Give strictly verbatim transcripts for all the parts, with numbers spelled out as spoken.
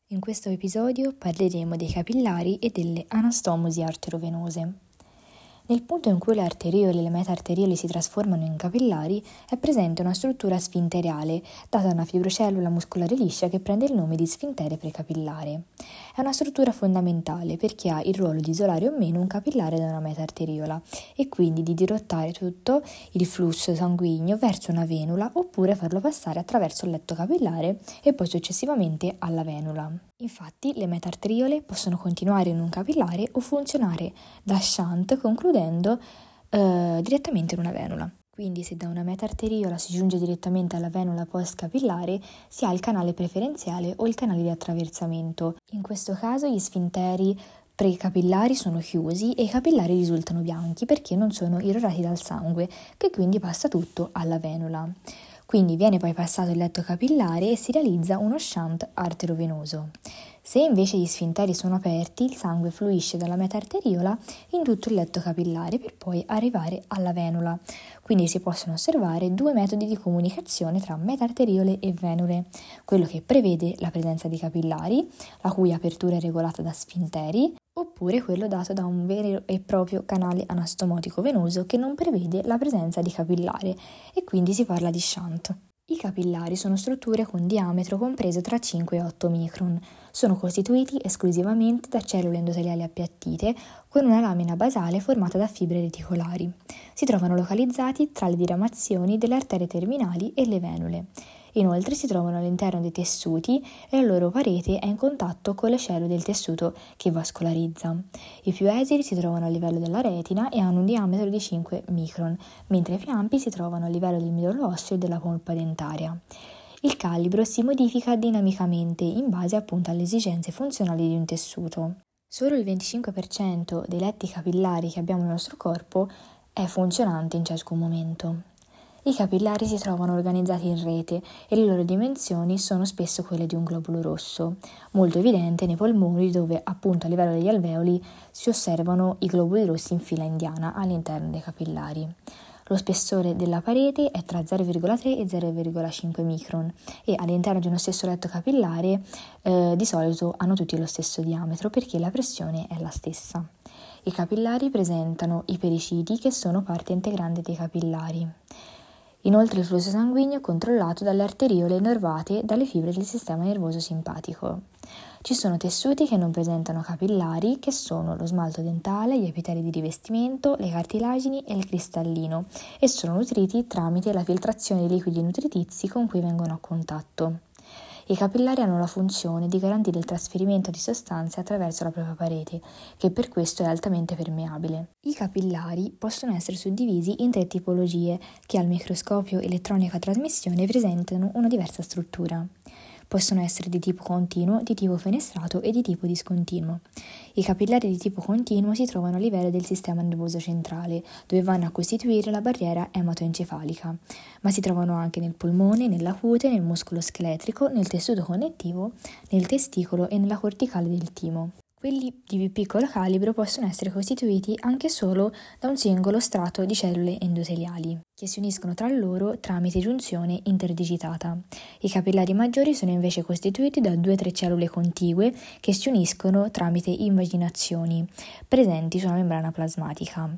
In questo episodio parleremo dei capillari e delle anastomosi arterovenose. Nel punto in cui le arterioli e le metaarterioli si trasformano in capillari, è presente una struttura sfinteriale, data da una fibrocellula muscolare liscia che prende il nome di sfintere precapillare. È una struttura fondamentale perché ha il ruolo di isolare o meno un capillare da una metaarteriola e quindi di dirottare tutto il flusso sanguigno verso una venula oppure farlo passare attraverso il letto capillare e poi successivamente alla venula. Infatti, le metaarteriole possono continuare in un capillare o funzionare da shunt concludendo eh, direttamente in una venula. Quindi se da una metaarteriola si giunge direttamente alla venula post-capillare, si ha il canale preferenziale o il canale di attraversamento. In questo caso gli sfinteri precapillari sono chiusi e i capillari risultano bianchi perché non sono irrorati dal sangue, che quindi passa tutto alla venula. Quindi viene poi passato il letto capillare e si realizza uno shunt arterovenoso. Se invece gli sfinteri sono aperti, il sangue fluisce dalla metaarteriola in tutto il letto capillare per poi arrivare alla venula. Quindi si possono osservare due metodi di comunicazione tra metaarteriole e venule, quello che prevede la presenza di capillari, la cui apertura è regolata da sfinteri, oppure quello dato da un vero e proprio canale anastomotico venoso che non prevede la presenza di capillare e quindi si parla di shunt. I capillari sono strutture con diametro compreso tra cinque e otto micron. Sono costituiti esclusivamente da cellule endoteliali appiattite con una lamina basale formata da fibre reticolari. Si trovano localizzati tra le diramazioni delle arterie terminali e le venule. Inoltre si trovano all'interno dei tessuti e la loro parete è in contatto con le cellule del tessuto che vascolarizza. I più esili si trovano a livello della retina e hanno un diametro di cinque micron, mentre i più ampi si trovano a livello del midollo osseo e della polpa dentaria. Il calibro si modifica dinamicamente in base appunto alle esigenze funzionali di un tessuto. Solo il venticinque per cento dei letti capillari che abbiamo nel nostro corpo è funzionante in ciascun momento. I capillari si trovano organizzati in rete e le loro dimensioni sono spesso quelle di un globulo rosso, molto evidente nei polmoni dove appunto a livello degli alveoli si osservano i globuli rossi in fila indiana all'interno dei capillari. Lo spessore della parete è tra zero virgola tre e zero virgola cinque micron e all'interno di uno stesso letto capillare eh, di solito hanno tutti lo stesso diametro perché la pressione è la stessa. I capillari presentano i periciti che sono parte integrante dei capillari. Inoltre il flusso sanguigno è controllato dalle arteriole innervate dalle fibre del sistema nervoso simpatico. Ci sono tessuti che non presentano capillari, che sono lo smalto dentale, gli epiteli di rivestimento, le cartilagini e il cristallino, e sono nutriti tramite la filtrazione dei liquidi nutritizi con cui vengono a contatto. I capillari hanno la funzione di garantire il trasferimento di sostanze attraverso la propria parete, che per questo è altamente permeabile. I capillari possono essere suddivisi in tre tipologie che al microscopio elettronica trasmissione presentano una diversa struttura. Possono essere di tipo continuo, di tipo fenestrato e di tipo discontinuo. I capillari di tipo continuo si trovano a livello del sistema nervoso centrale, dove vanno a costituire la barriera ematoencefalica, ma si trovano anche nel polmone, nella cute, nel muscolo scheletrico, nel tessuto connettivo, nel testicolo e nella corticale del timo. Quelli di più piccolo calibro possono essere costituiti anche solo da un singolo strato di cellule endoteliali, che si uniscono tra loro tramite giunzione interdigitata. I capillari maggiori sono invece costituiti da due o tre cellule contigue che si uniscono tramite invaginazioni presenti sulla membrana plasmatica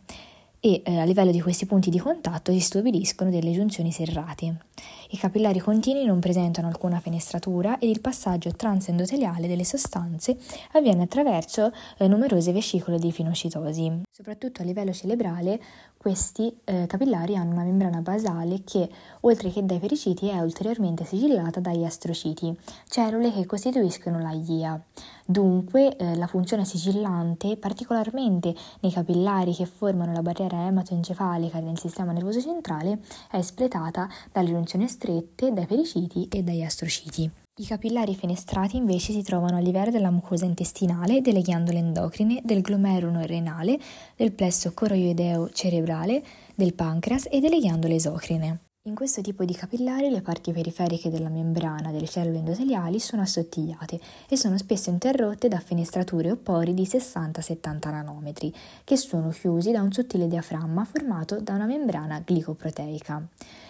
e eh, a livello di questi punti di contatto si stabiliscono delle giunzioni serrate. I capillari continui non presentano alcuna fenestratura ed il passaggio transendoteliale delle sostanze avviene attraverso eh, numerose vescicole di pinocitosi. Soprattutto a livello cerebrale questi eh, capillari hanno una membrana basale che, oltre che dai periciti, è ulteriormente sigillata dagli astrociti, cellule che costituiscono la I A. Dunque eh, la funzione sigillante, particolarmente nei capillari che formano la barriera ematoencefalica del sistema nervoso centrale, è espletata dalle giunzioni strette, dai periciti e dagli astrociti. I capillari fenestrati invece si trovano a livello della mucosa intestinale, delle ghiandole endocrine, del glomerulo renale, del plesso coroideo cerebrale, del pancreas e delle ghiandole esocrine. In questo tipo di capillari le parti periferiche della membrana delle cellule endoteliali sono assottigliate e sono spesso interrotte da fenestrature o pori di sessanta settanta nanometri, che sono chiusi da un sottile diaframma formato da una membrana glicoproteica.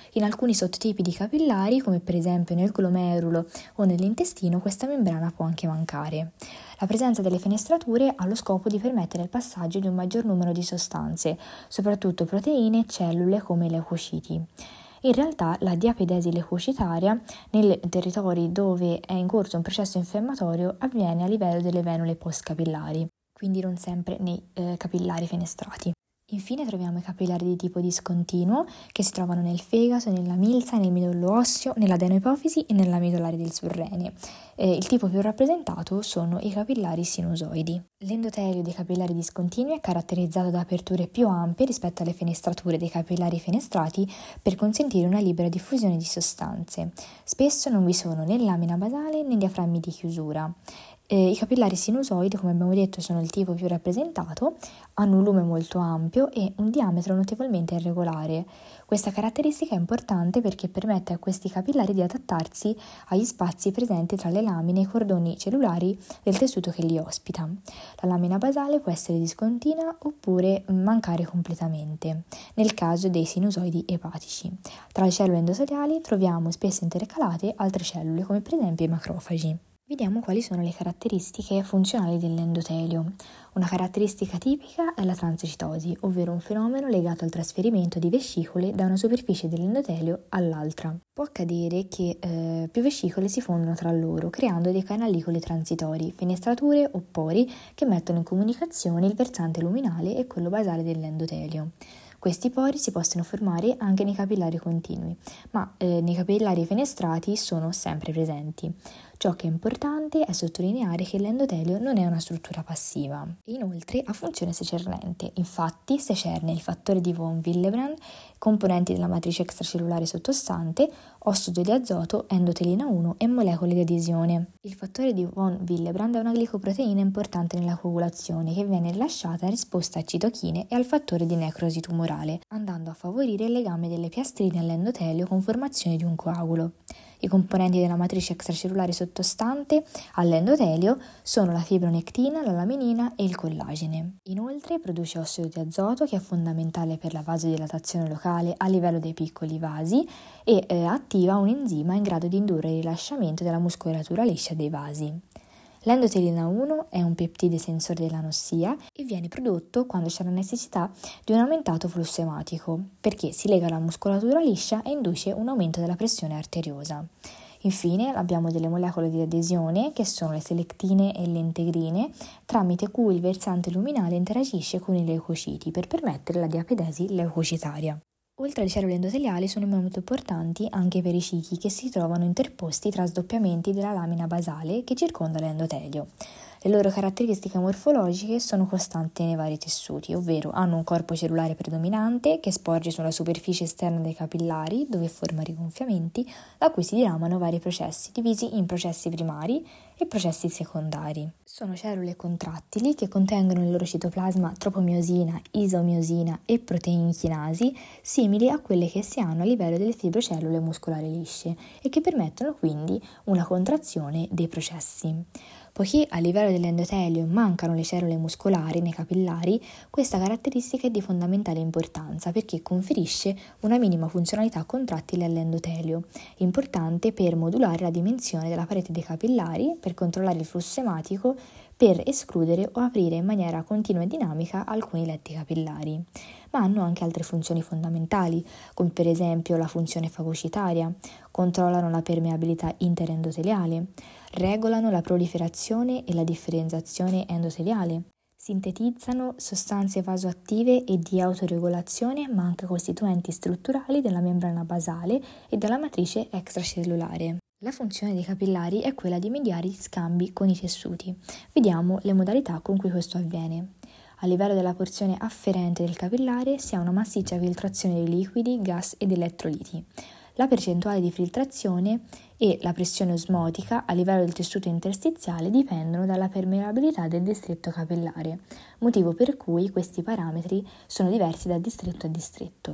In alcuni sottotipi di capillari, come per esempio nel glomerulo o nell'intestino, questa membrana può anche mancare. La presenza delle fenestrature ha lo scopo di permettere il passaggio di un maggior numero di sostanze, soprattutto proteine e cellule come i leucociti. In realtà la diapidesi leucocitaria, nei territori dove è in corso un processo infiammatorio, avviene a livello delle venule postcapillari, quindi non sempre nei eh, capillari fenestrati. Infine troviamo i capillari di tipo discontinuo che si trovano nel fegato, nella milza, nel midollo osseo, nell'adenoipofisi e nella medullare del surrene. Eh, il tipo più rappresentato sono i capillari sinusoidi. L'endotelio dei capillari discontinui è caratterizzato da aperture più ampie rispetto alle fenestrature dei capillari fenestrati per consentire una libera diffusione di sostanze. Spesso non vi sono né lamina basale né diaframmi di chiusura. Eh, I capillari sinusoidi, come abbiamo detto, sono il tipo più rappresentato, hanno un lume molto ampio e un diametro notevolmente irregolare. Questa caratteristica è importante perché permette a questi capillari di adattarsi agli spazi presenti tra le lamine e i cordoni cellulari del tessuto che li ospita. La lamina basale può essere discontinua oppure mancare completamente, nel caso dei sinusoidi epatici. Tra le cellule endoteliali troviamo spesso intercalate altre cellule, come per esempio i macrofagi. Vediamo quali sono le caratteristiche funzionali dell'endotelio. Una caratteristica tipica è la transcitosi, ovvero un fenomeno legato al trasferimento di vescicole da una superficie dell'endotelio all'altra. Può accadere che eh, più vescicole si fondono tra loro, creando dei canalicoli transitori, fenestrature o pori che mettono in comunicazione il versante luminale e quello basale dell'endotelio. Questi pori si possono formare anche nei capillari continui, ma eh, nei capillari fenestrati sono sempre presenti. Ciò che è importante è sottolineare che l'endotelio non è una struttura passiva. Inoltre ha funzione secernente, infatti secerne il fattore di von Willebrand, componenti della matrice extracellulare sottostante, ossido di azoto, endotelina uno e molecole di adesione. Il fattore di von Willebrand è una glicoproteina importante nella coagulazione che viene rilasciata in risposta a citochine e al fattore di necrosi tumorale, andando a favorire il legame delle piastrine all'endotelio con formazione di un coagulo. I componenti della matrice extracellulare sottostante all'endotelio sono la fibronectina, la laminina e il collagene. Inoltre produce ossido di azoto che è fondamentale per la vasodilatazione locale a livello dei piccoli vasi e eh, attiva un enzima in grado di indurre il rilasciamento della muscolatura liscia dei vasi. L'endotelina uno è un peptide sensore dell'anossia e viene prodotto quando c'è la necessità di un aumentato flusso ematico, perché si lega alla muscolatura liscia e induce un aumento della pressione arteriosa. Infine abbiamo delle molecole di adesione che sono le selectine e le integrine, tramite cui il versante luminale interagisce con i leucociti per permettere la diapidesi leucocitaria. Oltre alle cellule endoteliali sono molto importanti anche i periciti che si trovano interposti tra sdoppiamenti della lamina basale che circonda l'endotelio. Le loro caratteristiche morfologiche sono costanti nei vari tessuti, ovvero hanno un corpo cellulare predominante che sporge sulla superficie esterna dei capillari, dove forma rigonfiamenti, da cui si diramano vari processi, divisi in processi primari e processi secondari. Sono cellule contrattili che contengono nel loro citoplasma tropomiosina, isomiosina e proteine chinasi, simili a quelle che si hanno a livello delle fibrocellule muscolari lisce e che permettono quindi una contrazione dei processi. Poiché a livello dell'endotelio mancano le cellule muscolari nei capillari, questa caratteristica è di fondamentale importanza perché conferisce una minima funzionalità contrattile all'endotelio, importante per modulare la dimensione della parete dei capillari, per controllare il flusso ematico, per escludere o aprire in maniera continua e dinamica alcuni letti capillari. Ma hanno anche altre funzioni fondamentali, come per esempio la funzione fagocitaria, controllano la permeabilità interendoteliale, regolano la proliferazione e la differenziazione endoteliale, sintetizzano sostanze vasoattive e di autoregolazione, ma anche costituenti strutturali della membrana basale e della matrice extracellulare. La funzione dei capillari è quella di mediare gli scambi con i tessuti. Vediamo le modalità con cui questo avviene. A livello della porzione afferente del capillare si ha una massiccia filtrazione di liquidi, gas ed elettroliti. La percentuale di filtrazione e la pressione osmotica a livello del tessuto interstiziale dipendono dalla permeabilità del distretto capillare, motivo per cui questi parametri sono diversi da distretto a distretto.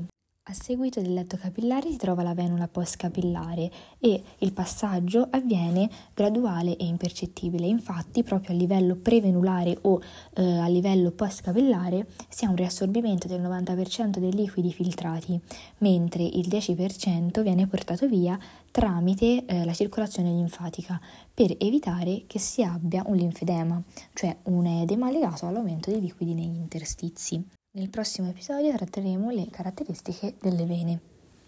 A seguito del letto capillare si trova la venula postcapillare e il passaggio avviene graduale e impercettibile. Infatti, proprio a livello prevenulare o eh, a livello postcapillare si ha un riassorbimento del novanta per cento dei liquidi filtrati, mentre il dieci per cento viene portato via tramite eh, la circolazione linfatica per evitare che si abbia un linfedema, cioè un edema legato all'aumento dei liquidi negli interstizi. Nel prossimo episodio tratteremo le caratteristiche delle vene.